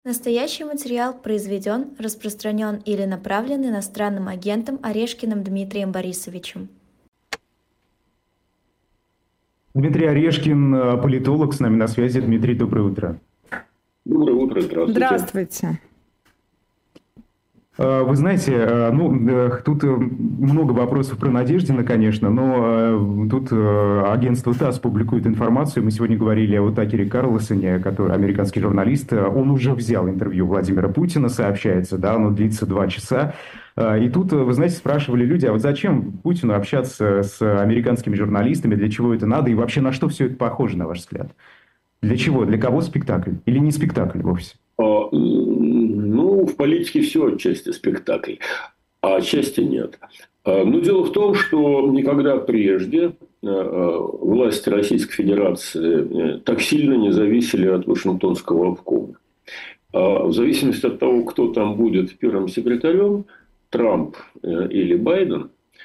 Настоящий материал произведен, распространен или направлен иностранным агентом Орешкиным Дмитрием Борисовичем. Дмитрий Орешкин, политолог, с нами на связи. Дмитрий, доброе утро. Доброе утро, здравствуйте. Здравствуйте. Вы знаете, тут много вопросов про Надеждина, конечно, но тут агентство ТАСС публикует информацию. Мы сегодня говорили о Такере Карлсоне, который американский журналист. Он уже взял интервью Владимира Путина, сообщается, да, оно длится 2 часа. И тут, вы знаете, спрашивали люди, а вот зачем Путину общаться с американскими журналистами, для чего это надо и вообще на что все это похоже, на ваш взгляд? Для чего? Для кого спектакль? Или не спектакль вовсе? В политике все отчасти спектакль, а отчасти нет. Но дело в том, что никогда прежде власти Российской Федерации так сильно не зависели от Вашингтонского обкома. В зависимости от того, кто там будет первым секретарем, Трамп или Байден,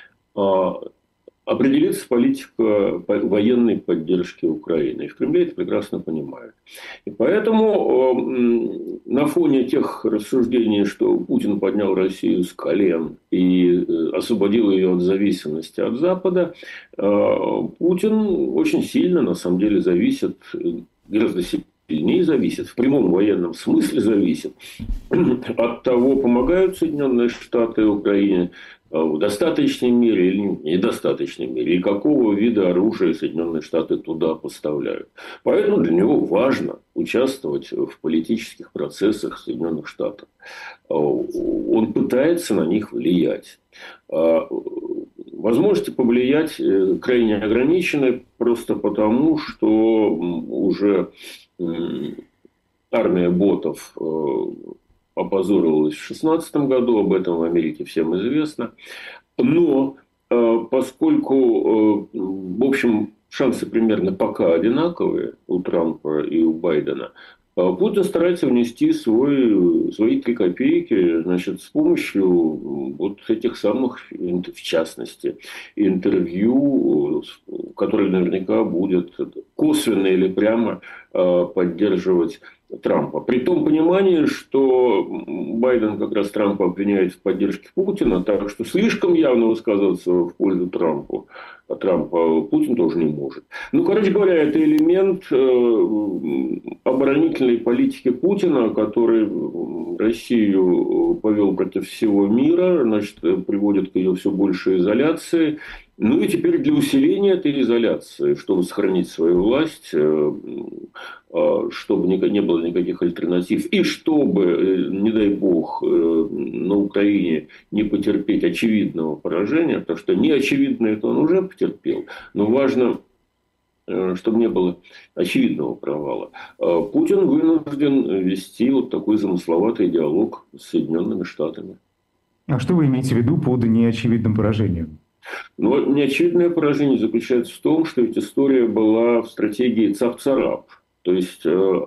определится политика военной поддержки Украины. И в Кремле это прекрасно понимают. И поэтому на фоне тех рассуждений, что Путин поднял Россию с колен и освободил ее от зависимости от Запада, Путин очень сильно, на самом деле, зависит, гораздо сильнее зависит, в прямом военном смысле зависит от того, помогают Соединенные Штаты Украине в достаточной мере или недостаточной мере, и какого вида оружия Соединенные Штаты туда поставляют. Поэтому для него важно участвовать в политических процессах Соединенных Штатов. Он пытается на них влиять. Возможности повлиять крайне ограничены просто потому, что уже армия ботов опозорилась в 2016 году, об этом в Америке всем известно. Но поскольку, в общем, шансы примерно пока одинаковые у Трампа и у Байдена, Путин старается внести свои 3 копейки, значит, с помощью вот этих самых, в частности, интервью, которое наверняка будет косвенно или прямо поддерживать Трампа. При том понимании, что Байден как раз Трампа обвиняет в поддержке Путина, так что слишком явно высказываться в пользу Трампа Путин тоже не может. Короче говоря, это элемент оборонительной политики Путина, который Россию повел против всего мира, значит, приводит к ее все большей изоляции. И теперь для усиления этой изоляции, чтобы сохранить свою власть, чтобы не было никаких альтернатив, и чтобы, не дай бог, на Украине не потерпеть очевидного поражения, потому что неочевидно это он уже потерпел, но важно, чтобы не было очевидного провала. Путин вынужден вести вот такой замысловатый диалог с Соединенными Штатами. А что вы имеете в виду под неочевидным поражением? Но неочевидное поражение заключается в том, что ведь история была в стратегии цап-царап. То есть,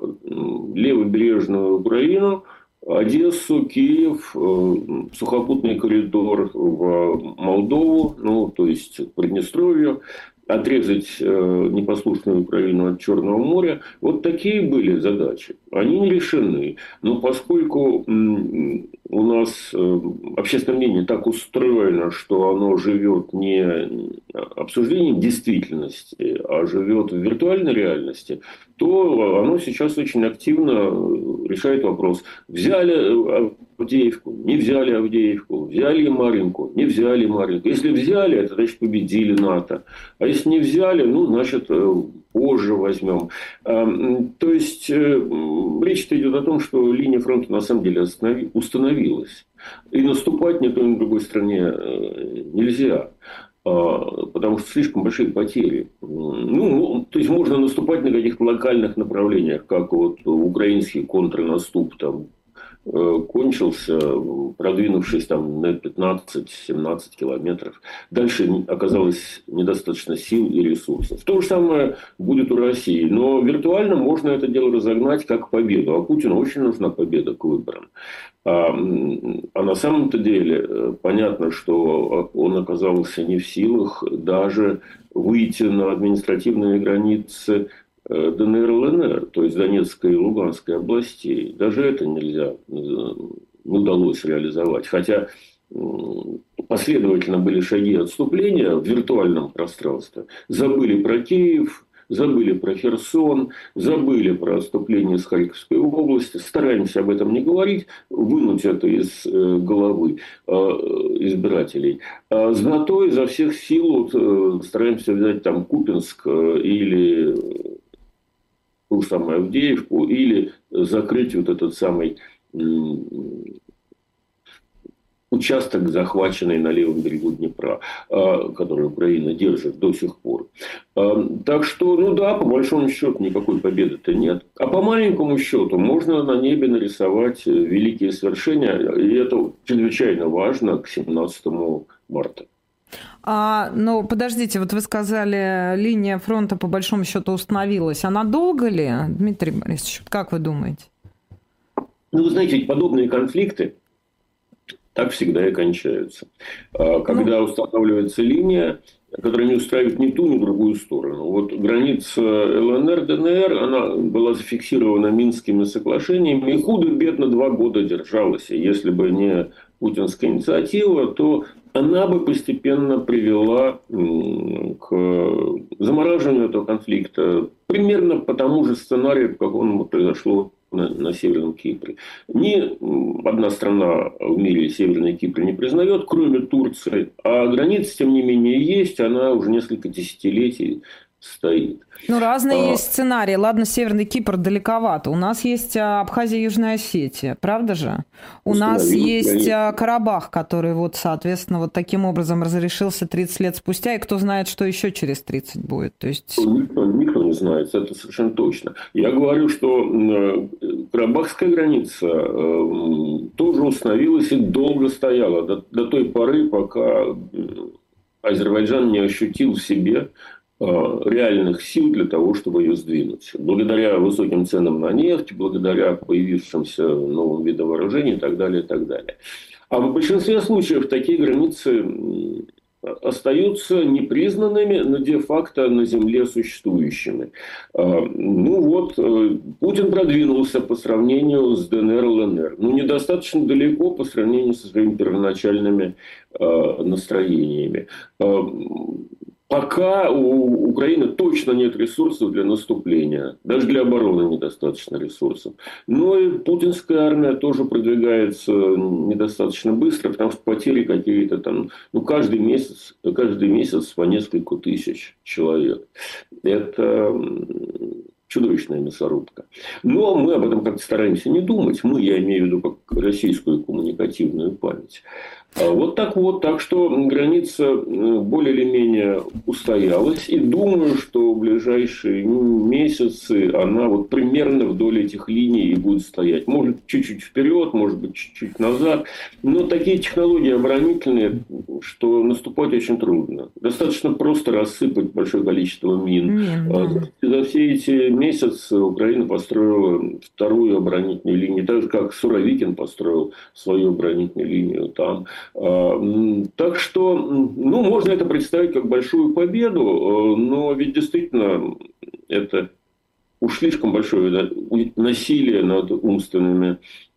левобережную Украину, Одессу, Киев, сухопутный коридор в Молдову, то есть Приднестровью, отрезать непослушную Украину от Черного моря. Вот такие были задачи. Они не решены. Но поскольку у нас общественное мнение так устроено, что оно живет не обсуждением действительности, а живет в виртуальной реальности, то оно сейчас очень активно решает вопрос: взяли Авдеевку, не взяли Авдеевку, взяли Марьинку, не взяли Марьинку. Если взяли, это значит победили НАТО. А если не взяли, значит позже возьмем. То есть речь идет о том, что линия фронта на самом деле установилась. И наступать ни той, ни другой стране нельзя. Потому что слишком большие потери. То есть можно наступать на каких-то локальных направлениях, как вот украинский контрнаступ там кончился, продвинувшись там на 15-17 километров. Дальше оказалось недостаточно сил и ресурсов. То же самое будет у России. Но виртуально можно это дело разогнать как победу. А Путину очень нужна победа к выборам. А на самом-то деле понятно, что он оказался не в силах даже выйти на административные границы ДНР, ЛНР, то есть Донецкой и Луганской областей. Даже это нельзя, не удалось реализовать. Хотя последовательно были шаги отступления в виртуальном пространстве. Забыли про Киев, забыли про Херсон, забыли про отступление из Харьковской области. Стараемся об этом не говорить, вынуть это из головы избирателей. Зато изо всех сил стараемся взять там Купинск или ту самую Авдеевку, или закрыть вот этот самый участок, захваченный на левом берегу Днепра, который Украина держит до сих пор. Так что, ну да, по большому счету никакой победы-то нет. А по маленькому счету можно на небе нарисовать великие свершения, и это чрезвычайно важно к 17 марта. Ну, подождите, вот вы сказали, линия фронта по большому счету установилась. Она долго ли, Дмитрий Борисович? Как вы думаете? Ну, вы знаете, ведь подобные конфликты так всегда и кончаются. Когда устанавливается линия, которая не устраивает ни ту, ни другую сторону. Вот граница ЛНР, ДНР, она была зафиксирована Минскими соглашениями и худо-бедно 2 года держалась. И если бы не путинская инициатива, то она бы постепенно привела к замораживанию этого конфликта примерно по тому же сценарию, как он произошло на Северном Кипре. Ни одна страна в мире Северный Кипр не признает, кроме Турции. А граница, тем не менее, есть. Она уже несколько десятилетий стоит. Ну, разные есть сценарии. Ладно, Северный Кипр далековато. У нас есть Абхазия, Южная Осетия. Правда же? У нас есть Карабах, который, вот, соответственно, вот таким образом разрешился 30 лет спустя. И кто знает, что еще через 30 будет. То есть... Никто не знает. Это совершенно точно. Я говорю, что карабахская граница тоже установилась и долго стояла. До той поры, пока Азербайджан не ощутил в себе реальных сил для того, чтобы ее сдвинуть. Благодаря высоким ценам на нефть, благодаря появившимся новым видам вооружений и так далее, и так далее. А в большинстве случаев такие границы остаются непризнанными, но де-факто на земле существующими. Ну вот, Путин продвинулся по сравнению с ДНР, ЛНР. Но недостаточно далеко по сравнению со своими первоначальными настроениями. Пока у Украины точно нет ресурсов для наступления. Даже для обороны недостаточно ресурсов. Но и путинская армия тоже продвигается недостаточно быстро, потому что потери какие-то там, ну, каждый месяц по несколько тысяч человек. Это чудовищная мясорубка. Но мы об этом как-то стараемся не думать. Мы, я имею в виду, как российскую коммуникативную память. Вот так вот. Так что граница более или менее устоялась. И думаю, что в ближайшие месяцы она вот примерно вдоль этих линий и будет стоять. Может, чуть-чуть вперед, может быть, чуть-чуть назад. Но такие технологии оборонительные, что наступать очень трудно. Достаточно просто рассыпать большое количество мин. За все эти месяцы Украина построила вторую оборонительную линию. Так же, как Суровикин построил свою оборонительную линию там. Так что, ну, можно это представить как большую победу, но ведь действительно это уж слишком большое насилие над умственными,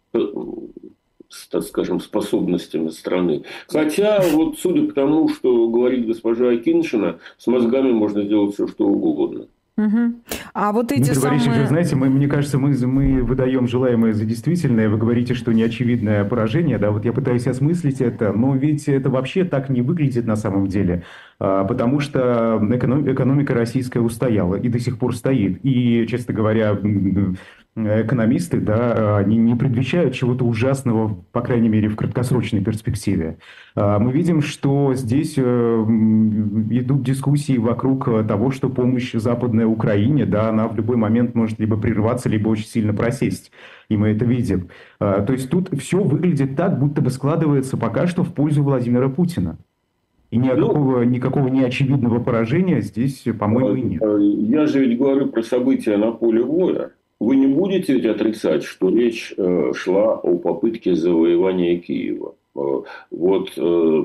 так скажем, способностями страны. Хотя, вот судя по тому, что говорит госпожа Акиньшина, с мозгами можно сделать все, что угодно. Угу. А вот эти Дмитрий Борисович, самые... вы знаете, мне кажется, мы выдаем желаемое за действительное. Вы говорите, что неочевидное поражение, да, вот я пытаюсь осмыслить это, но ведь это вообще так не выглядит на самом деле, потому что экономика российская устояла и до сих пор стоит. И, честно говоря, экономисты, да, они не предвещают чего-то ужасного, по крайней мере, в краткосрочной перспективе. Мы видим, что здесь идут дискуссии вокруг того, что помощь западная Украине, да, она в любой момент может либо прерваться, либо очень сильно просесть. И мы это видим. То есть тут все выглядит так, будто бы складывается пока что в пользу Владимира Путина. И никакого неочевидного поражения здесь, по-моему, и нет. Я же ведь говорю про события на поле боя. Вы не будете ведь отрицать, что речь шла о попытке завоевания Киева. Вот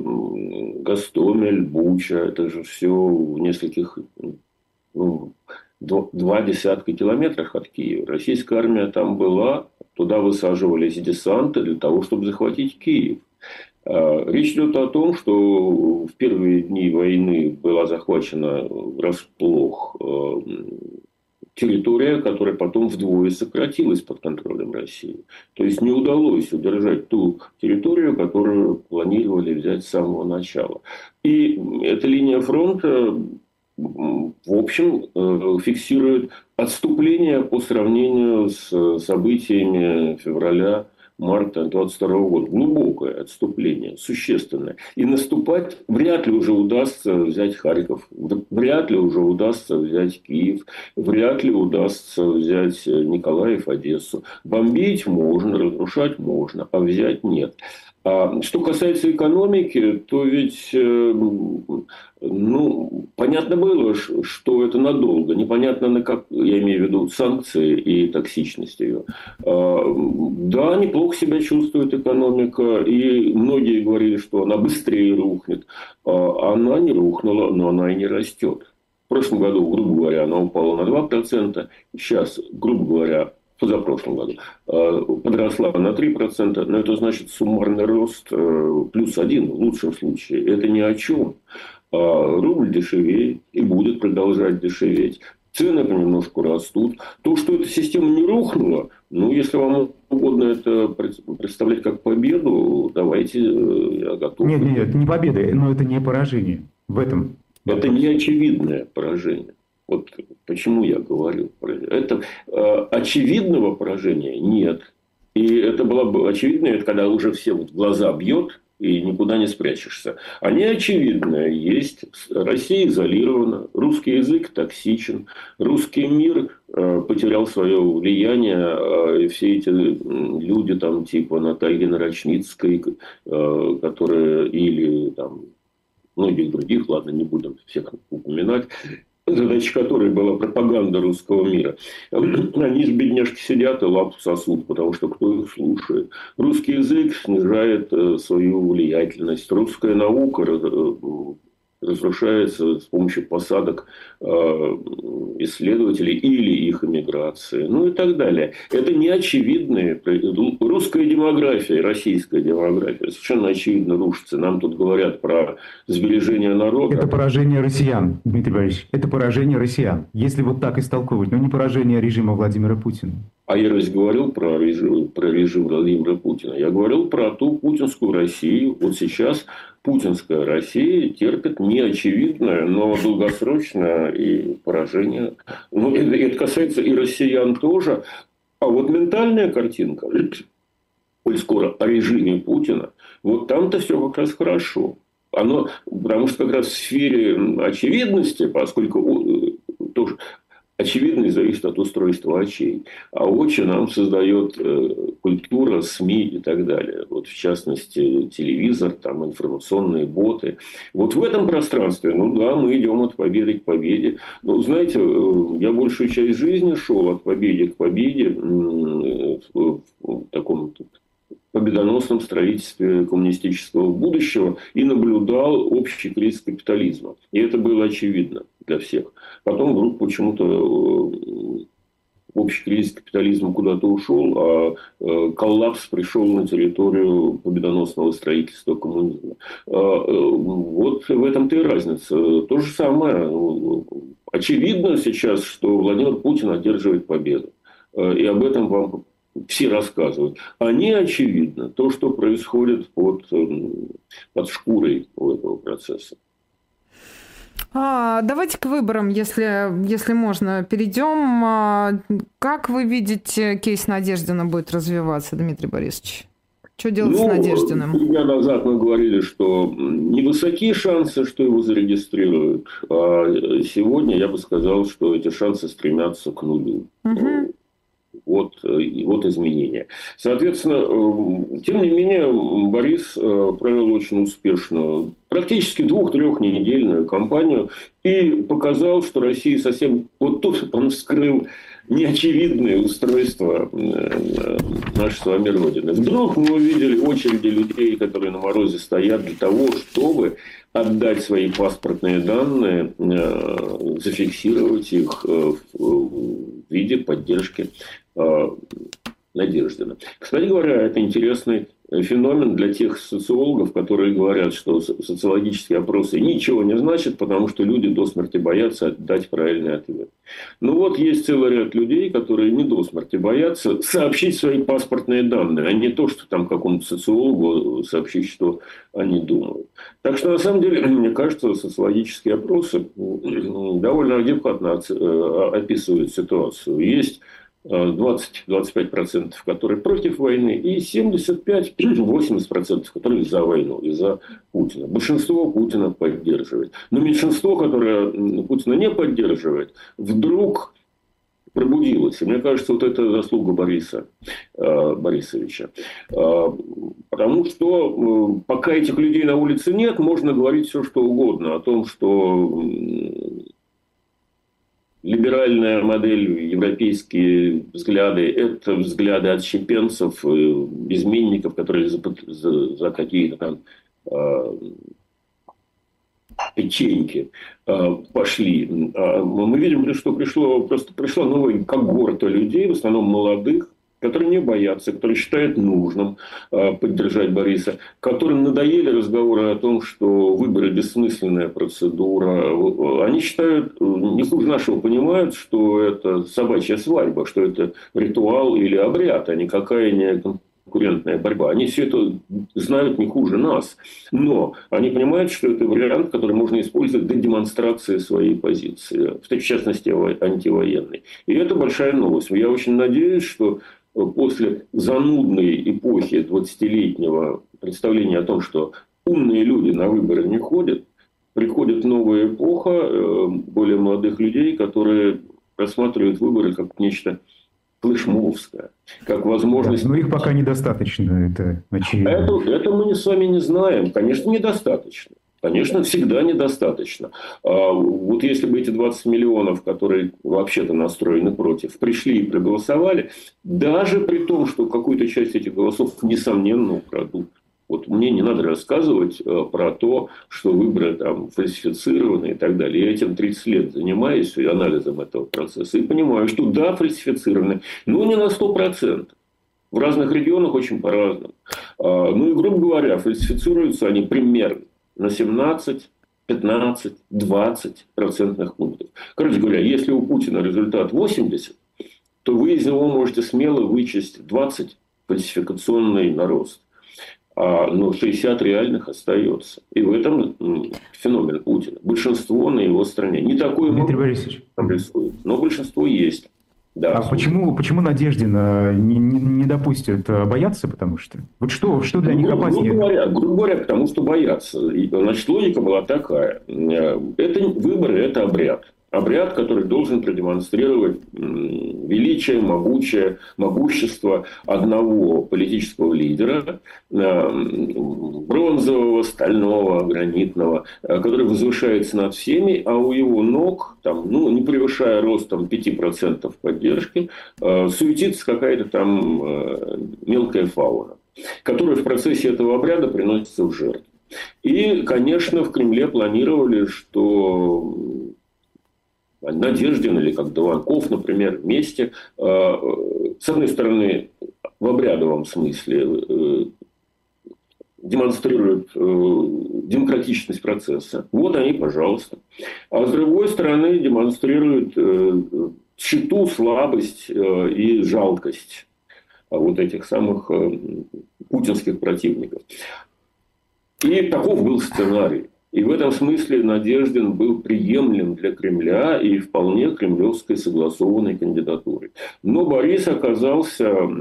Гостомель, Буча, это же все в нескольких два десятка километрах от Киева. Российская армия там была, туда высаживались десанты для того, чтобы захватить Киев. Речь идет о том, что в первые дни войны была захвачена врасплох территория, которая потом вдвое сократилась под контролем России. То есть не удалось удержать ту территорию, которую планировали взять с самого начала. И эта линия фронта, в общем, фиксирует отступление по сравнению с событиями февраля-марта 22 года. Глубокое отступление, существенное. И наступать вряд ли уже удастся взять Харьков, вряд ли уже удастся взять Киев, вряд ли удастся взять Николаев, Одессу. Бомбить можно, разрушать можно, а взять нет. Что касается экономики, то ведь понятно было, что это надолго. Непонятно, я имею в виду санкции и токсичность ее. Да, неплохо себя чувствует экономика. И многие говорили, что она быстрее рухнет. Она не рухнула, но она и не растет. В прошлом году, грубо говоря, она упала на 2%. Сейчас, грубо говоря, в позапрошлом году подросла на 3%, но это значит суммарный рост +1 в лучшем случае. Это ни о чем. Рубль дешевеет и будет продолжать дешеветь. Цены понемножку растут. То, что эта система не рухнула, если вам угодно это представлять как победу, давайте, я готов. Нет, не победа, но это не поражение. В этом. Это не очевидное поражение. Вот почему я говорю про это. Очевидного поражения нет. И это было бы очевидно, это когда уже все в глаза бьет, и никуда не спрячешься. А неочевидное есть. Россия изолирована, русский язык токсичен, русский мир потерял свое влияние, и все эти люди там типа Натальи Нарочницкой, которые или там многих других, ладно, не будем всех упоминать, задача которой была пропаганда русского мира. Они же, бедняжки, сидят и лапу сосут, потому что кто их слушает. Русский язык снижает свою влиятельность. Русская наука разрушается с помощью посадок исследователей или их эмиграции, и так далее. Это не очевидные. Русская демография, российская демография совершенно очевидно рушится. Нам тут говорят про сбережение народа. Это поражение россиян, Дмитрий Борисович. Это поражение россиян. Если вот так истолковывать, но не поражение режима Владимира Путина. А я разве говорил про режим Владимира Путина? Я говорил про ту путинскую Россию. Вот сейчас путинская Россия терпит неочевидное, но долгосрочное и поражение. Это касается и россиян тоже. А вот ментальная картинка, коль скоро о режиме Путина, вот там-то все как раз хорошо. Потому что как раз в сфере очевидности, поскольку тоже очевидность зависит от устройства очей. А очи нам создает культура, СМИ и так далее. Вот в частности, телевизор, там, информационные боты. Вот в этом пространстве, мы идем от победы к победе. Знаете, я большую часть жизни шел от победы к победе в таком победоносном строительстве коммунистического будущего и наблюдал общий кризис капитализма. И это было очевидно для всех. Потом вдруг почему-то общий кризис капитализма куда-то ушел, а коллапс пришел на территорию победоносного строительства коммунизма. Вот в этом-то и разница. То же самое. Очевидно сейчас, что Владимир Путин одерживает победу. И об этом вам все рассказывают. А не очевидно то, что происходит под шкурой у этого процесса. Давайте к выборам, если можно, перейдем. Как вы видите, кейс Надеждина будет развиваться, Дмитрий Борисович? Что делать с Надеждиным? 3 дня назад мы говорили, что невысокие шансы, что его зарегистрируют. А сегодня я бы сказал, что эти шансы стремятся к нулю. Угу. Вот изменения. Соответственно, тем не менее, Борис провел очень успешную практически 2-3-недельную кампанию и показал, что Россия совсем... Вот тут он вскрыл неочевидные устройства нашей с вами Родины. Вдруг мы увидели очереди людей, которые на морозе стоят для того, чтобы отдать свои паспортные данные, зафиксировать их в виде поддержки Надеждина. Кстати говоря, это интересный феномен для тех социологов, которые говорят, что социологические опросы ничего не значат, потому что люди до смерти боятся дать правильный ответ. Ну вот есть целый ряд людей, которые не до смерти боятся сообщить свои паспортные данные, а не то, что там какому-то социологу сообщить, что они думают. Так что, на самом деле, мне кажется, социологические опросы довольно адекватно описывают ситуацию. Есть 20-25%, которые против войны, и 75-80%, которые за войну и за Путина. Большинство Путина поддерживает. Но меньшинство, которое Путина не поддерживает, вдруг пробудилось. И мне кажется, вот это заслуга Бориса Борисовича. Потому что пока этих людей на улице нет, можно говорить все, что угодно о том, что либеральная модель, европейские взгляды – это взгляды отщепенцев, изменников, которые за какие-то там печеньки пошли. Мы видим, что пришла новая когорта людей, в основном молодых, которые не боятся, которые считают нужным поддержать Бориса, которым надоели разговоры о том, что выборы – бессмысленная процедура. Они считают, не хуже нашего понимают, что это собачья свадьба, что это ритуал или обряд, а никакая не конкурентная борьба. Они все это знают не хуже нас. Но они понимают, что это вариант, который можно использовать для демонстрации своей позиции, в частности, антивоенной. И это большая новость. Я очень надеюсь, что после занудной эпохи 20-летнего представления о том, что умные люди на выборы не ходят, приходит новая эпоха более молодых людей, которые рассматривают выборы как нечто флешмобское, как возможность... Да, но их пока недостаточно, это очевидно. Это мы с вами не знаем. Конечно, недостаточно. Конечно, всегда недостаточно. Вот если бы эти 20 миллионов, которые вообще-то настроены против, пришли и проголосовали, даже при том, что какую-то часть этих голосов, несомненно, украдут. Вот мне не надо рассказывать про то, что выборы там фальсифицированы и так далее. Я этим 30 лет занимаюсь анализом этого процесса и понимаю, что да, фальсифицированы, но не на 100%. В разных регионах очень по-разному. Ну и, грубо говоря, фальсифицируются они примерно на 17, 15, 20% пунктов. Короче говоря, если у Путина результат 80, то вы из него можете смело вычесть 20 фальсификационный нарост. Но 60 реальных остается. И в этом феномен Путина. Большинство на его стороне. Не такое Дмитрий Борисович, там рисует, но большинство есть. Да, а почему Надеждина не допустят бояться? Потому что вот что для них опаснее? Грубо говоря, потому что боятся. Значит, логика была такая. Это выборы, это обряд. Обряд, который должен продемонстрировать величие, могущество одного политического лидера, бронзового, стального, гранитного, который возвышается над всеми, а у его ног, там, не превышая ростом 5% поддержки, суетится какая-то там мелкая фауна, которая в процессе этого обряда приносится в жертву. И, конечно, в Кремле планировали, что Надеждин или как Дованков, например, вместе, с одной стороны, в обрядовом смысле демонстрируют демократичность процесса. Вот они, пожалуйста. А с другой стороны, демонстрируют тщету, слабость и жалкость вот этих самых путинских противников. И таков был сценарий. И в этом смысле Надеждин был приемлем для Кремля и вполне кремлевской согласованной кандидатурой. Но Борис оказался...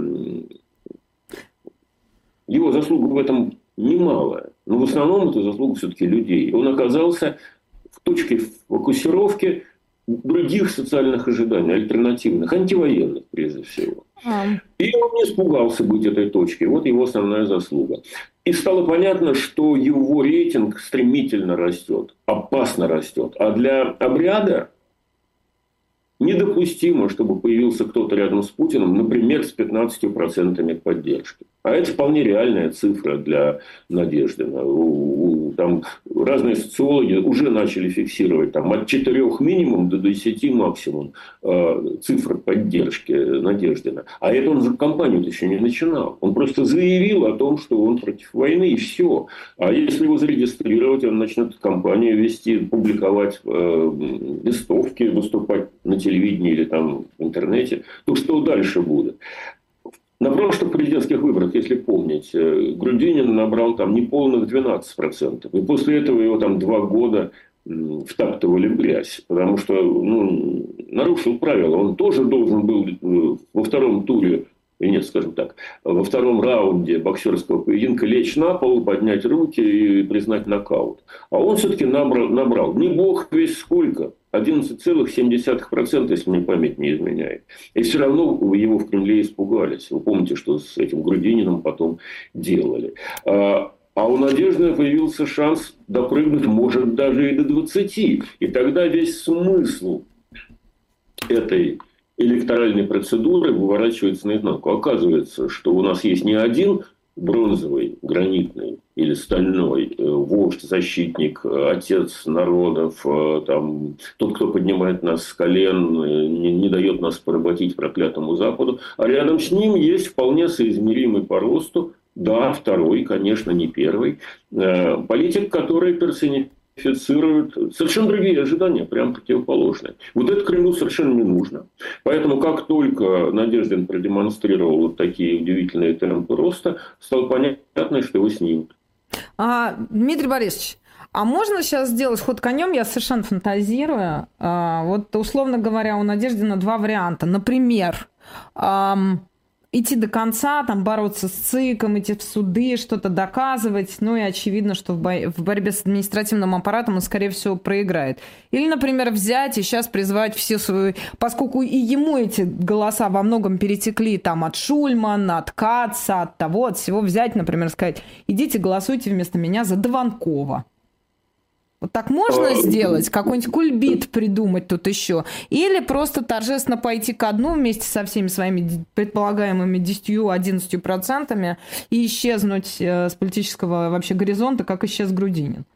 Его заслуга в этом немалая. Но в основном это заслуга все-таки людей. Он оказался в точке фокусировки других социальных ожиданий, альтернативных, антивоенных прежде всего. И он не испугался быть этой точкой. Вот его основная заслуга. И стало понятно, что его рейтинг стремительно растет, опасно растет. А для обряда недопустимо, чтобы появился кто-то рядом с Путиным, например, с 15% поддержки. А это вполне реальная цифра для Надеждина. Там разные социологи уже начали фиксировать там, от 4 минимум до 10 максимум цифр поддержки Надеждина. А это он же кампанию еще не начинал. Он просто заявил о том, что он против войны, и все. А если его зарегистрировать, он начнет кампанию вести, публиковать листовки, выступать на телевидении или там в интернете, то что дальше будет? На прошлых президентских выборах, если помнить, Грудинин набрал там неполных 12%. И после этого его там 2 года втаптывали в грязь. Потому что нарушил правила. Он тоже должен был во втором туре, скажем так, во втором раунде боксерского поединка лечь на пол, поднять руки и признать нокаут. А он все-таки набрал не бог весь сколько. 11,7%, если мне память не изменяет. И все равно его в Кремле испугались. Вы помните, что с этим Грудининым потом делали. А у Надежды появился шанс допрыгнуть, может, даже и до 20. И тогда весь смысл этой электоральной процедуры выворачивается наизнанку. Оказывается, что у нас есть не один бронзовый, гранитный или стальной вождь, защитник, отец народов, там, тот, кто поднимает нас с колен, не дает нас поработить проклятому Западу. А рядом с ним есть вполне соизмеримый по росту, да, второй, конечно, не первый, политик, который персонифицирует совершенно другие ожидания, прям противоположные. Вот это Кремлю совершенно не нужно. Поэтому, как только Надеждин продемонстрировал вот такие удивительные темпы роста, стало понятно, что его снимут. Дмитрий Борисович, а можно сейчас сделать ход конем? Я совершенно фантазирую. Вот, условно говоря, у Надеждина 2 варианта. Например, идти до конца, там, бороться с ЦИКом, идти в суды, что-то доказывать. Ну и очевидно, что в борьбе с административным аппаратом он, скорее всего, проиграет. Или, например, взять и сейчас призвать все свои... Поскольку и ему эти голоса во многом перетекли там, от Шульмана, от Каца, от того, от всего, взять, например, сказать, идите голосуйте вместо меня за Дованкова. Вот так можно сделать? Какой-нибудь кульбит придумать тут еще? Или просто торжественно пойти ко дну вместе со всеми своими предполагаемыми 10-11% и исчезнуть с политического вообще горизонта, как исчез Грудинин?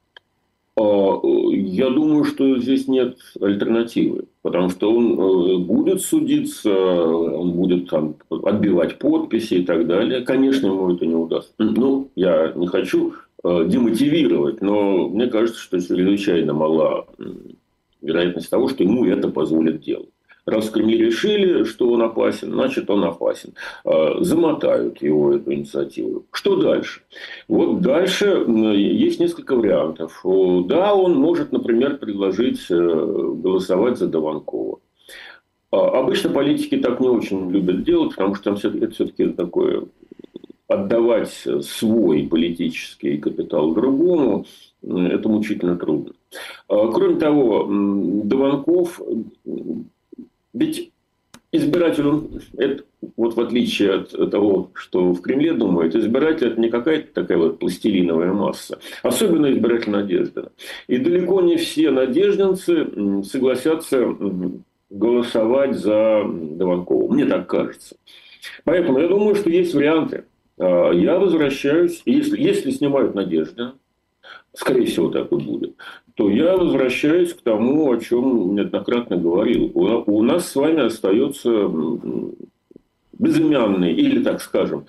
Я думаю, что здесь нет альтернативы. Потому что он будет судиться, он будет там отбивать подписи и так далее. Конечно, ему это не удастся. Ну, я не хочу демотивировать, но мне кажется, что чрезвычайно мала вероятность того, что ему это позволят делать. Раз в Кремле решили, что он опасен, значит, он опасен. Замотают его эту инициативу. Что дальше? Вот дальше есть несколько вариантов. Да, он может, например, предложить голосовать за Дованкова. Обычно политики так не очень любят делать, потому что там это все-таки такое... Отдавать свой политический капитал другому, это мучительно трудно. Кроме того, Дованков, ведь избиратель, это, вот в отличие от того, что в Кремле думают, избиратель – это не какая-то такая вот пластилиновая масса, особенно избиратель Надеждина. И далеко не все надеждинцы согласятся голосовать за Дованкова, мне так кажется. Поэтому я думаю, что есть варианты. Я возвращаюсь, если снимают Надеждина, скорее всего, так и будет, то я возвращаюсь к тому, о чем неоднократно говорил. У нас с вами остается безымянный, или, так скажем,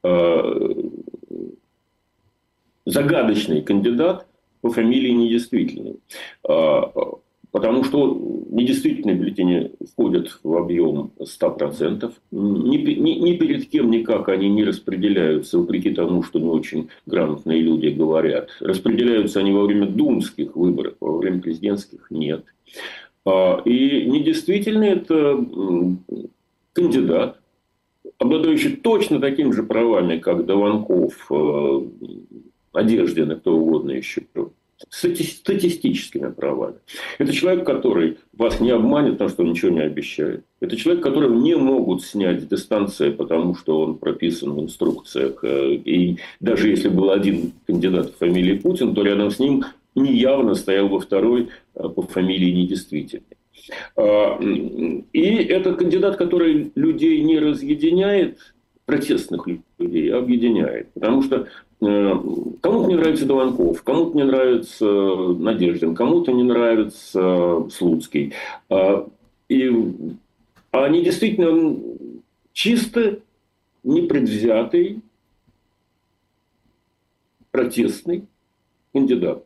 загадочный кандидат по фамилии недействительный. Потому что недействительные бюллетени входят в объем 100%. Ни перед кем никак они не распределяются, вопреки тому, что не очень грамотные люди говорят. Распределяются они во время думских выборов, во время президентских нет. И недействительный – это кандидат, обладающий точно такими же правами, как Дованков, Надеждин и кто угодно еще. статистическими правами. Это человек, который вас не обманет, потому что он ничего не обещает. Это человек, которого не могут снять с дистанции, потому что он прописан в инструкциях. И даже если был один кандидат по фамилии Путин, то рядом с ним неявно стоял бы второй по фамилии недействительный. И это кандидат, который людей не разъединяет, протестных людей, а объединяет. Потому что кому-то не нравится Дованков, кому-то не нравится Надеждин, кому-то не нравится Слуцкий. И они действительно чисто непредвзятый, протестный кандидат.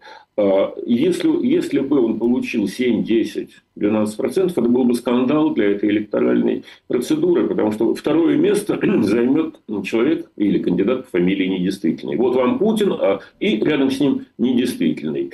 Если бы он получил 7, 10, 12%, это был бы скандал для этой электоральной процедуры, потому что второе место займет человек или кандидат по фамилии недействительный. Вот вам Путин, и рядом с ним недействительный.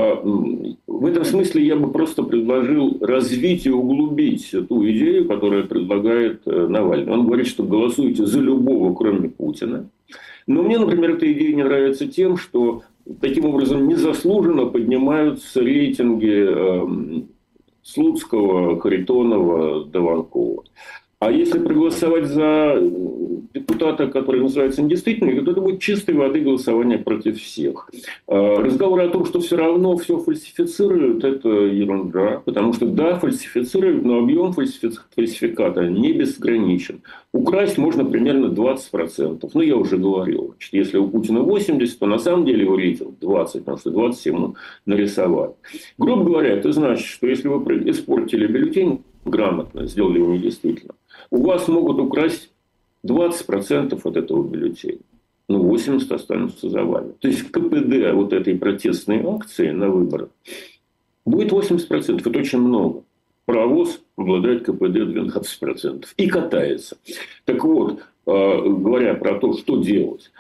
В этом смысле я бы просто предложил развить и углубить ту идею, которую предлагает Навальный. Он говорит, что голосуйте за любого, кроме Путина. Но мне, например, эта идея не нравится тем, что таким образом незаслуженно поднимаются рейтинги Слуцкого, Харитонова, Дованкова. А если проголосовать за депутата, который называется недействительным, то это будет чистой воды голосование против всех. Разговоры о том, что все равно все фальсифицируют, это ерунда. Потому что да, фальсифицируют, но объем фальсификата не безграничен. Украсть можно примерно 20%. Ну, я уже говорил. Значит, если у Путина 80, то на самом деле его рейтинг 20, потому что 20 ему нарисовали. Грубо говоря, это значит, что если вы испортили бюллетень грамотно, сделали его недействительным, у вас могут украсть 20% от этого бюллетеня. Но 80% останутся за вами. То есть КПД вот этой протестной акции на выборах будет 80%. Это очень много. Паровоз обладает КПД 12%. И катается. Так вот, говоря про то, что делать,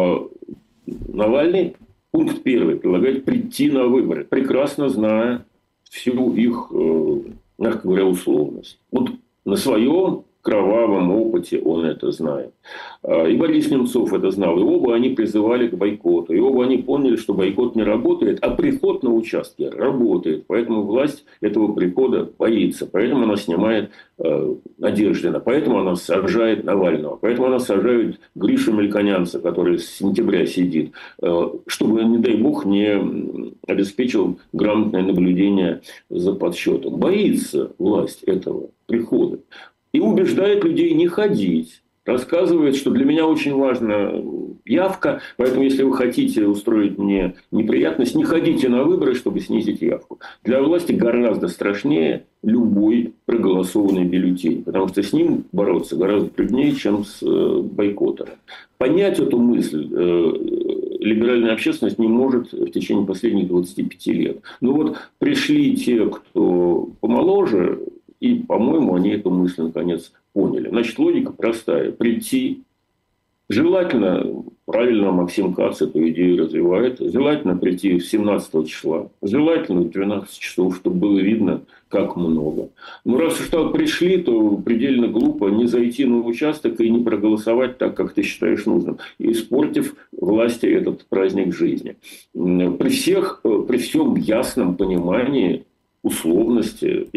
Навальный, пункт 1, предлагает прийти на выборы, прекрасно зная всю их, мягко говоря, условность. Вот на своем кровавом опыте он это знает. И Борис Немцов это знал. И оба они призывали к бойкоту. И оба они поняли, что бойкот не работает, а приход на участке работает. Поэтому власть этого прихода боится. Поэтому она снимает Надеждина. Поэтому она сажает Навального. Поэтому она сажает Гришу Мельконянца, который с сентября сидит. Чтобы, не дай бог, не обеспечил грамотное наблюдение за подсчетом. Боится власть этого прихода. И убеждает людей не ходить. Рассказывает, что для меня очень важна явка, поэтому если вы хотите устроить мне неприятность, не ходите на выборы, чтобы снизить явку. Для власти гораздо страшнее любой проголосованный бюллетень, потому что с ним бороться гораздо труднее, чем с бойкотером. Понять эту мысль либеральная общественность не может в течение последних 25 лет. Ну вот пришли те, кто помоложе, и, по-моему, они эту мысль наконец поняли. Значит, логика простая. Прийти. Желательно, правильно Максим Кац эту идею развивает, желательно прийти в 17 числа. Желательно в 12 часов, чтобы было видно, как много. Но раз уж так пришли, то предельно глупо не зайти на участок и не проголосовать так, как ты считаешь нужным, испортив власти этот праздник жизни. При всем ясном понимании условности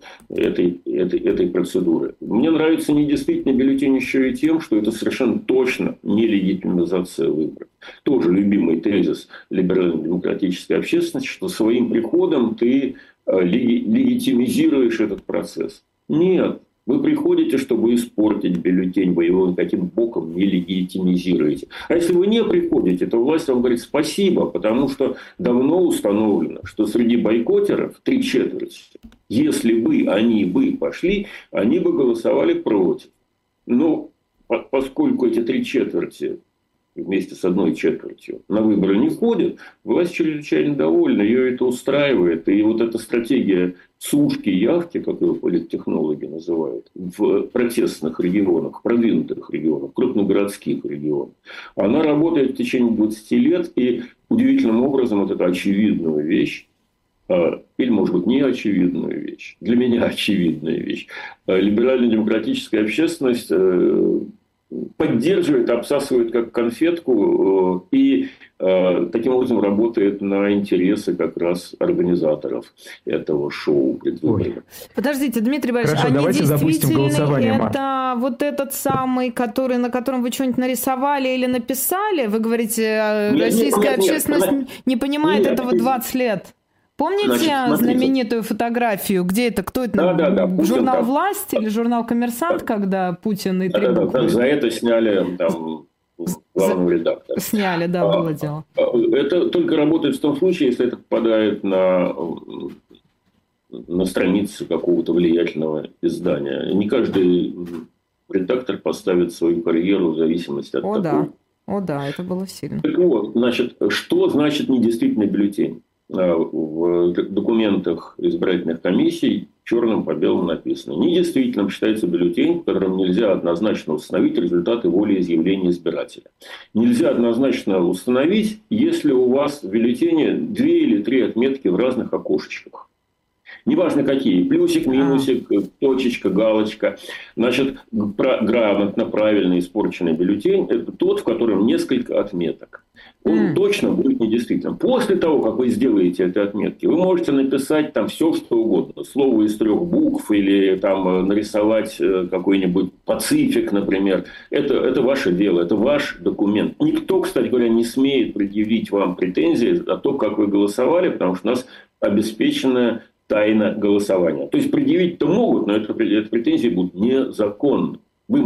этой процедуры. Мне нравится недействительный бюллетень еще и тем, что это совершенно точно не легитимизация выборов. Тоже любимый тезис либерально-демократической общественности, что своим приходом ты легитимизируешь этот процесс. Нет. Вы приходите, чтобы испортить бюллетень, вы его никаким боком не легитимизируете. А если вы не приходите, то власть вам говорит спасибо, потому что давно установлено, что среди бойкотеров 3/4, если бы они бы пошли, они бы голосовали против. Но поскольку эти 3/4 вместе с 1/4 на выборы не ходят, власть чрезвычайно довольна, ее это устраивает. И вот эта стратегия сушки явки, как ее политтехнологи называют, в протестных регионах, продвинутых регионах, крупногородских регионах, она работает в течение 20 лет, и удивительным образом вот эту очевидную вещь, или, может быть, не очевидную вещь, для меня очевидная вещь, либерально-демократическая общественность поддерживает, обсасывает как конфетку и таким образом работает на интересы как раз организаторов этого шоу предвыборного. Подождите, Дмитрий Борисович, Хорошо, давайте запустим голосование. Это вот этот самый, на котором вы что-нибудь нарисовали или написали? Вы говорите, российская общественность не понимает этого 20 лет. Помните знаменитую фотографию, где это, кто это? Да. Журнал «Власть» или журнал «Коммерсант», когда Путин и три буквы? За это сняли там главного редактора. Сняли, да, было дело. Это только работает в том случае, если это попадает на страницы какого-то влиятельного издания. Не каждый редактор поставит свою карьеру в зависимости от такого. О да, это было сильно. Так вот, значит, что значит недействительный бюллетень? В документах избирательных комиссий черным по белому написано: недействительным считается бюллетень, в котором нельзя однозначно установить результаты волеизъявления избирателя. Нельзя однозначно установить, если у вас в бюллетене 2 или 3 отметки в разных окошечках. Неважно какие, плюсик, минусик, точечка, галочка. Значит, грамотно, правильно испорченный бюллетень – это тот, в котором несколько отметок. Он точно будет недействительным. После того, как вы сделаете эти отметки, вы можете написать там все, что угодно. Слово из 3 букв или там нарисовать какой-нибудь пацифик, например. Это ваше дело, это ваш документ. Никто, кстати говоря, не смеет предъявить вам претензии за то, как вы голосовали, потому что у нас обеспеченная тайна голосования. То есть предъявить-то могут, но это претензии будут незаконны.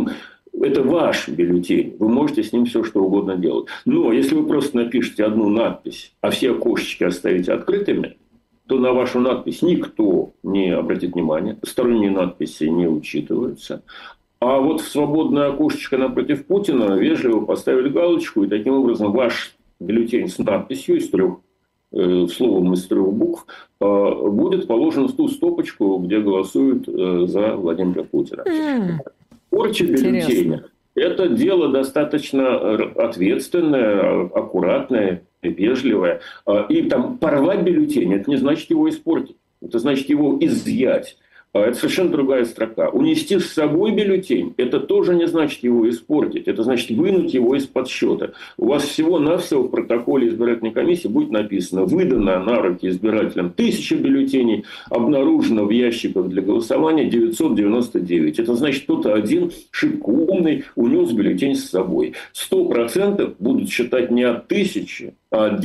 Это ваш бюллетень. Вы можете с ним все, что угодно делать. Но если вы просто напишете одну надпись, а все окошечки оставите открытыми, то на вашу надпись никто не обратит внимания. Сторонние надписи не учитываются. А вот в свободное окошечко напротив Путина вежливо поставили галочку, и таким образом ваш бюллетень с надписью из 3 словом из 3 букв будет положен в ту стопочку, где голосуют за Владимира Путина. Порча бюллетеня – это дело достаточно ответственное, аккуратное, вежливое. И там порвать бюллетень – это не значит его испортить. Это значит его изъять. Это совершенно другая строка. Унести с собой бюллетень – это тоже не значит его испортить. Это значит вынуть его из-под счета. У вас всего-навсего в протоколе избирательной комиссии будет написано: выдано на руки избирателям 1000 бюллетеней, обнаружено в ящиках для голосования 999. Это значит, кто-то один шибко умный унес бюллетень с собой. 100% будут считать не от 1000, а от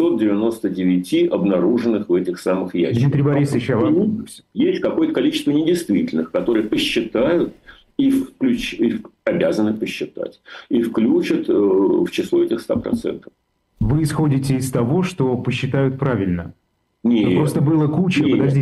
999 обнаруженных в этих самых ящиках. Дмитрий Борисович, есть какое-то количество недействительных, которые посчитают и обязаны посчитать, и включат в число этих 100%. Вы исходите из того, что посчитают правильно? Нет. Просто было куча,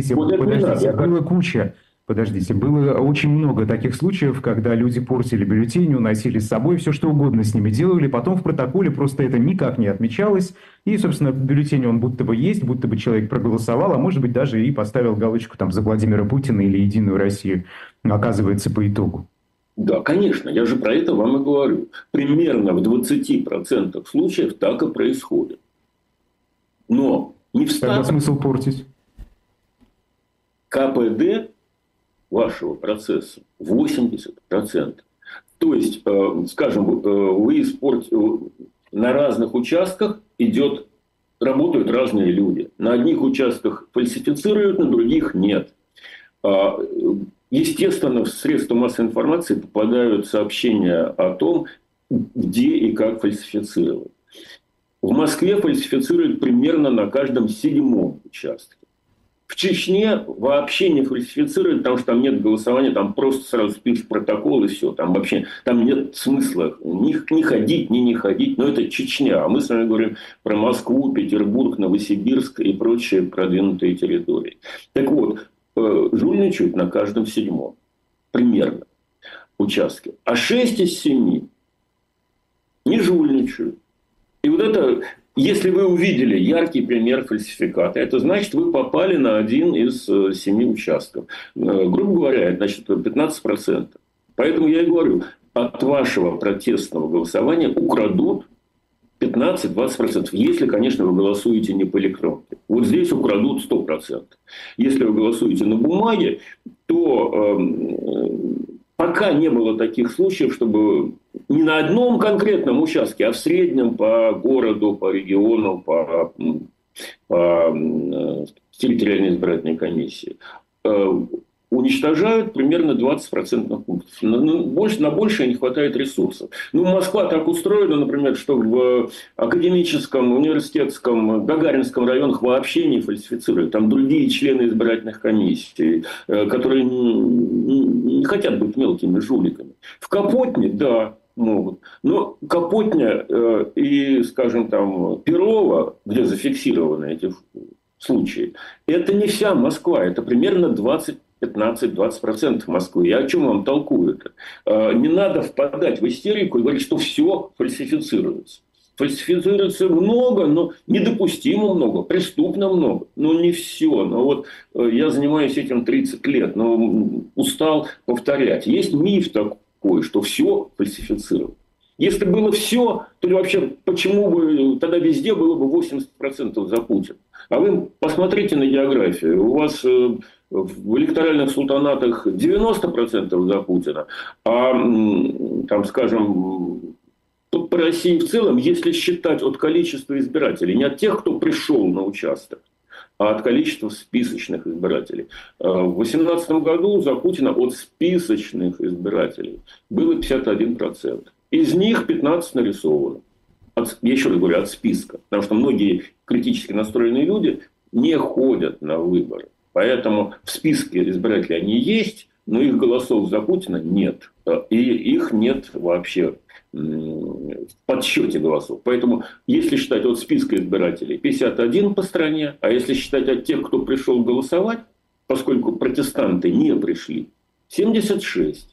было очень много таких случаев, когда люди портили бюллетени, уносили с собой, все что угодно с ними делали, потом в протоколе просто это никак не отмечалось, и, собственно, бюллетень он будто бы есть, будто бы человек проголосовал, а может быть даже и поставил галочку там за Владимира Путина или Единую Россию, оказывается, по итогу. Да, конечно, я же про это вам и говорю. Примерно в 20% случаев так и происходит. Но не в 100%. Тогда смысл портить? КПД вашего процесса 80%. То есть, скажем, на разных участках работают разные люди. На одних участках фальсифицируют, на других нет. Естественно, в средства массовой информации попадают сообщения о том, где и как фальсифицировать. В Москве фальсифицируют примерно на каждом 7-м участке. В Чечне вообще не фальсифицируют, потому что там нет голосования, там просто сразу пишут протокол и все. Там вообще нет смысла ни ходить, ни не ходить. Но это Чечня. А мы с вами говорим про Москву, Петербург, Новосибирск и прочие продвинутые территории. Так вот, жульничают на каждом 7-м. Примерно. Участке. А 6 из 7 не жульничают. И вот это... Если вы увидели яркий пример фальсификата, это значит, вы попали на один из 7 участков. Грубо говоря, это значит 15%. Поэтому я и говорю, от вашего протестного голосования украдут 15-20%. Если, конечно, вы голосуете не по электронке. Вот здесь украдут 100%. Если вы голосуете на бумаге, то пока не было таких случаев, чтобы не на одном конкретном участке, а в среднем по городу, по региону, по территориальной избирательной комиссии, уничтожают примерно 20% пунктов. На большее не хватает ресурсов. Москва так устроена, например, что в академическом, университетском, Гагаринском районах вообще не фальсифицируют. Там другие члены избирательных комиссий, которые не хотят быть мелкими жуликами. В Капотне, да, могут. Но Капотня и, скажем, там, Перово, где зафиксированы эти случаи, это не вся Москва, это примерно 15-20% Москвы. Я о чем вам толкую-то? Не надо впадать в истерику и говорить, что все фальсифицируется. Фальсифицируется много, но недопустимо много, преступно много. Но не все. Но я занимаюсь этим 30 лет, но устал повторять. Есть миф такой, что все фальсифицировано. Если было все, то вообще почему бы тогда везде было бы 80% за Путина? А вы посмотрите на географию. У вас в электоральных султанатах 90% за Путина, а там, скажем, по России в целом, если считать от количества избирателей, не от тех, кто пришел на участок, а от количества списочных избирателей. В 2018 году за Путина от списочных избирателей было 51%. Из них 15 нарисовано. Я еще раз говорю, от списка. Потому что многие критически настроенные люди не ходят на выборы. Поэтому в списке избирателей они есть, но их голосов за Путина нет. И их нет вообще в подсчете голосов. Поэтому, если считать от списка избирателей, 51 по стране, а если считать от тех, кто пришел голосовать, поскольку протестанты не пришли, 76.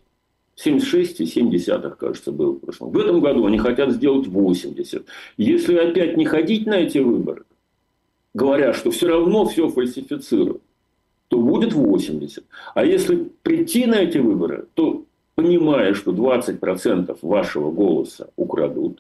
76,7, кажется, было в прошлом. В этом году они хотят сделать 80. Если опять не ходить на эти выборы, говоря, что все равно все фальсифицируют, то будет 80. А если прийти на эти выборы, то, понимая, что 20% вашего голоса украдут,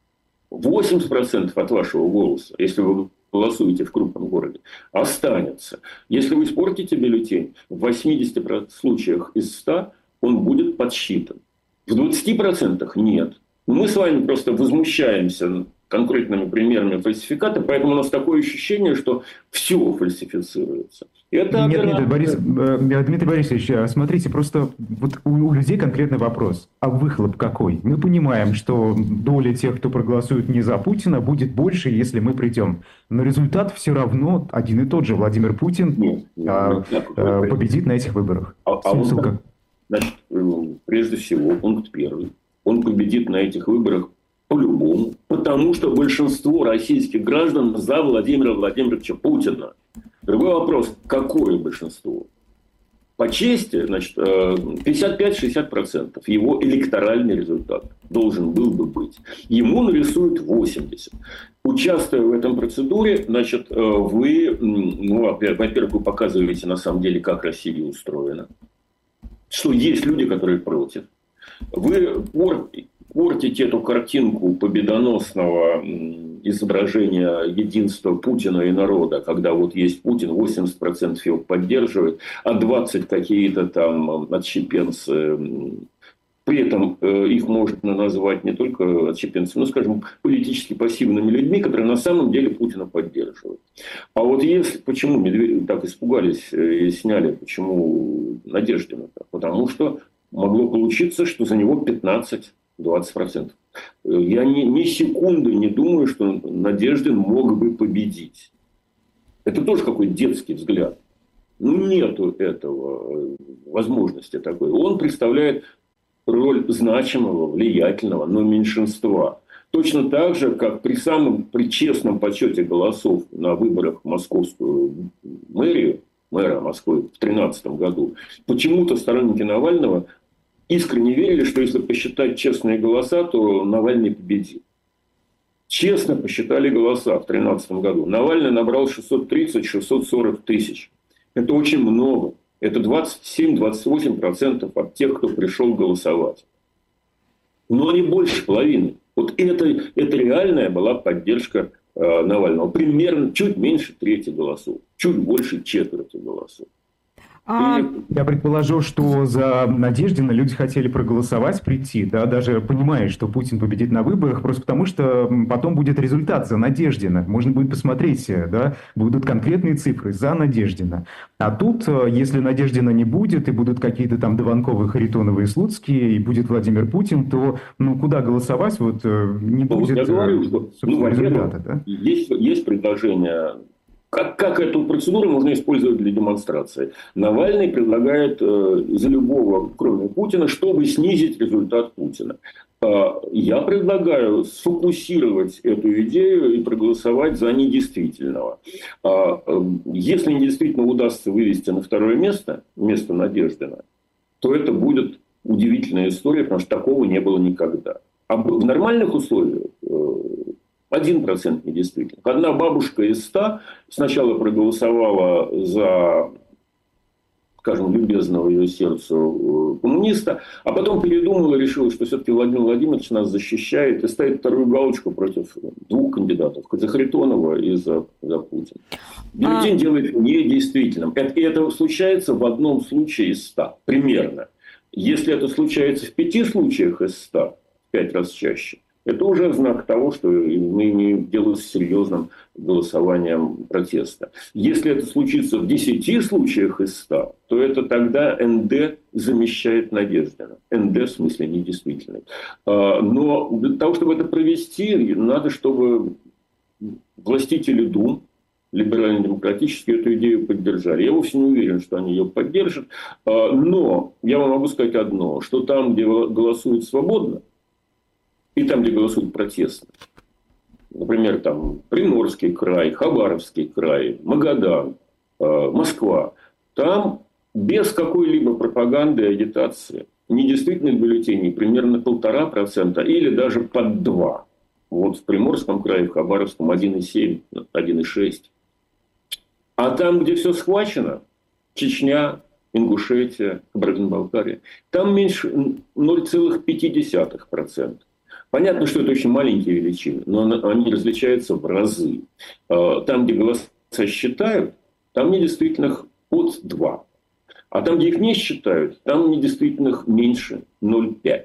80% от вашего голоса, если вы голосуете в крупном городе, останется. Если вы испортите бюллетень, в 80 случаях из 100 он будет подсчитан. В 20% нет. Мы с вами просто возмущаемся конкретными примерами фальсификата, поэтому у нас такое ощущение, что все фальсифицируется. Нет, Дмитрий Борисович, смотрите, просто у людей конкретный вопрос. А выхлоп какой? Мы понимаем, что доля тех, кто проголосует не за Путина, будет больше, если мы придем. Но результат все равно один и тот же. Владимир Путин победит на этих выборах. Значит, прежде всего, пункт первый. Он победит на этих выборах по-любому, потому что большинство российских граждан за Владимира Владимировича Путина. Другой вопрос, какое большинство? По чести, значит, 55-60% его электоральный результат должен был бы быть. Ему нарисуют 80%. Участвуя в этом процедуре, значит, вы, во-первых, вы показываете на самом деле, как Россия устроена. Что есть люди, которые против. Вы портите эту картинку победоносного изображения единства Путина и народа, когда вот есть Путин, 80% его поддерживает, а 20% какие-то там отщепенцы. При этом их можно назвать не только отщепенцами, но, скажем, политически пассивными людьми, которые на самом деле Путина поддерживают. А вот почему Медведев так испугались и сняли, почему Надеждина? Потому что могло получиться, что за него 15-20%. Я ни секунды не думаю, что Надеждин мог бы победить. Это тоже какой-то детский взгляд. Нету этого возможности такой. Он представляет роль значимого, влиятельного, но меньшинства. Точно так же, как при честном подсчете голосов на выборах в московскую мэрию, мэра Москвы в 2013 году, почему-то сторонники Навального искренне верили, что если посчитать честные голоса, то Навальный победит. Честно посчитали голоса в 2013 году. Навальный набрал 630-640 тысяч. Это очень много. Это 27-28% от тех, кто пришел голосовать. Но не больше половины. Вот это реальная была поддержка Навального. Примерно чуть меньше трети голосов. Чуть больше четверти голосов. Я предположу, что за Надеждина люди хотели проголосовать, прийти, да, даже понимая, что Путин победит на выборах, просто потому что потом будет результат за Надеждина. Можно будет посмотреть, да, будут конкретные цифры за Надеждина. А тут, если Надеждина не будет, и будут какие-то там Дованковы, Харитоновы и Слуцкие, и будет Владимир Путин, то куда голосовать, не будет я говорю, что, результата. Да? Есть предложение. Как эту процедуру можно использовать для демонстрации? Навальный предлагает за любого, кроме Путина, чтобы снизить результат Путина. Я предлагаю сфокусировать эту идею и проголосовать за недействительного. Если недействительно удастся вывести на второе место Надеждина, то это будет удивительная история, потому что такого не было никогда. А в нормальных условиях 1% недействительных. Одна бабушка из 100 сначала проголосовала за, скажем, любезного ее сердцу коммуниста, а потом передумала и решила, что все-таки Владимир Владимирович нас защищает и ставит вторую галочку против двух кандидатов, за Харитонова и за Путина. Бюллетень делает недействительным. И это случается в одном случае из 100. Примерно. Если это случается в 5 случаях из 100, в 5 раз чаще, это уже знак того, что мы имеем дело с серьезным голосованием протеста. Если это случится в 10 случаях из 100, то это тогда НД замещает Надеждина. НД в смысле недействительный. Но для того, чтобы это провести, надо, чтобы властители Дум, либерально-демократические, эту идею поддержали. Я вовсе не уверен, что они ее поддержат. Но я вам могу сказать одно, что там, где голосуют свободно, и там, где голосуют протестно, например, там Приморский край, Хабаровский край, Магадан, Москва, там без какой-либо пропаганды и агитации недействительных бюллетеней примерно 1,5% или даже под 2%. Вот в Приморском крае, в Хабаровском 1,7, 1,6. А там, где все схвачено, Чечня, Ингушетия, Кабардино-Балкария, там меньше 0,5%. Понятно, что это очень маленькие величины, но они различаются в разы. Там, где голоса считают, там недействительных от 2. А там, где их не считают, там недействительных меньше 0,5.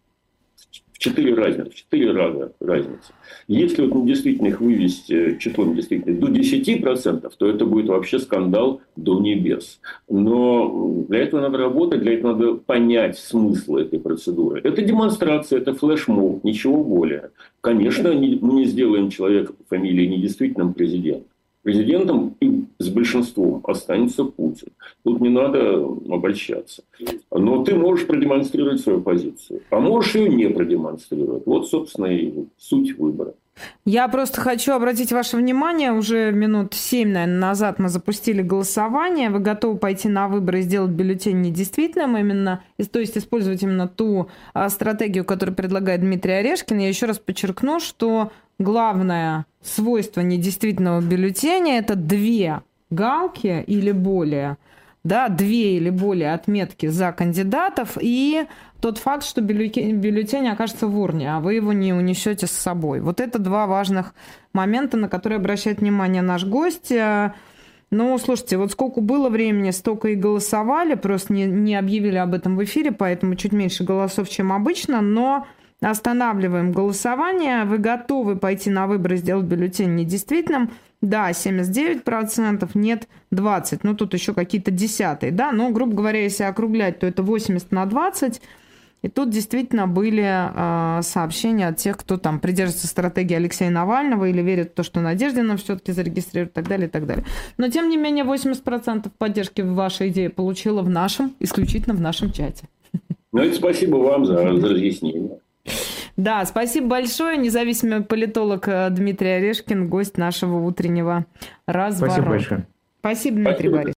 В 4 раза разница. Если недействительных вывести, число недействительных до 10%, то это будет вообще скандал до небес. Но для этого надо работать, для этого надо понять смысл этой процедуры. Это демонстрация, это флешмоб, ничего более. Конечно, мы не сделаем человека по фамилии недействительным президентом. Президентом и с большинством останется Путин. Тут не надо обольщаться. Но ты можешь продемонстрировать свою позицию, а можешь ее не продемонстрировать. Вот, собственно, и суть выбора. Я просто хочу обратить ваше внимание, уже минут 7, наверное, назад мы запустили голосование. Вы готовы пойти на выборы и сделать бюллетень недействительным, именно, то есть использовать именно ту стратегию, которую предлагает Дмитрий Орешкин. Я еще раз подчеркну, что главное свойство недействительного бюллетеня – это 2 галки или более, да, 2 или более отметки за кандидатов и тот факт, что бюллетень окажется в урне, а вы его не унесете с собой. Вот это 2 важных момента, на которые обращает внимание наш гость. Ну, слушайте, вот сколько было времени, столько и голосовали, просто не объявили об этом в эфире, поэтому чуть меньше голосов, чем обычно, но останавливаем голосование. Вы готовы пойти на выборы и сделать бюллетень недействительным? Да, 79%, нет, 20%. Ну, тут еще какие-то десятые, да. Но, грубо говоря, если округлять, то это 80/20. И тут действительно были сообщения от тех, кто там придерживается стратегии Алексея Навального или верит в то, что Надеждина все-таки зарегистрирует и так далее, и так далее. Но, тем не менее, 80% поддержки вашей идеи получила исключительно в нашем чате. Ну, это спасибо вам за разъяснение. Да, спасибо большое. Независимый политолог Дмитрий Орешкин, гость нашего утреннего разворота. Спасибо большое. Спасибо, Дмитрий Борисович.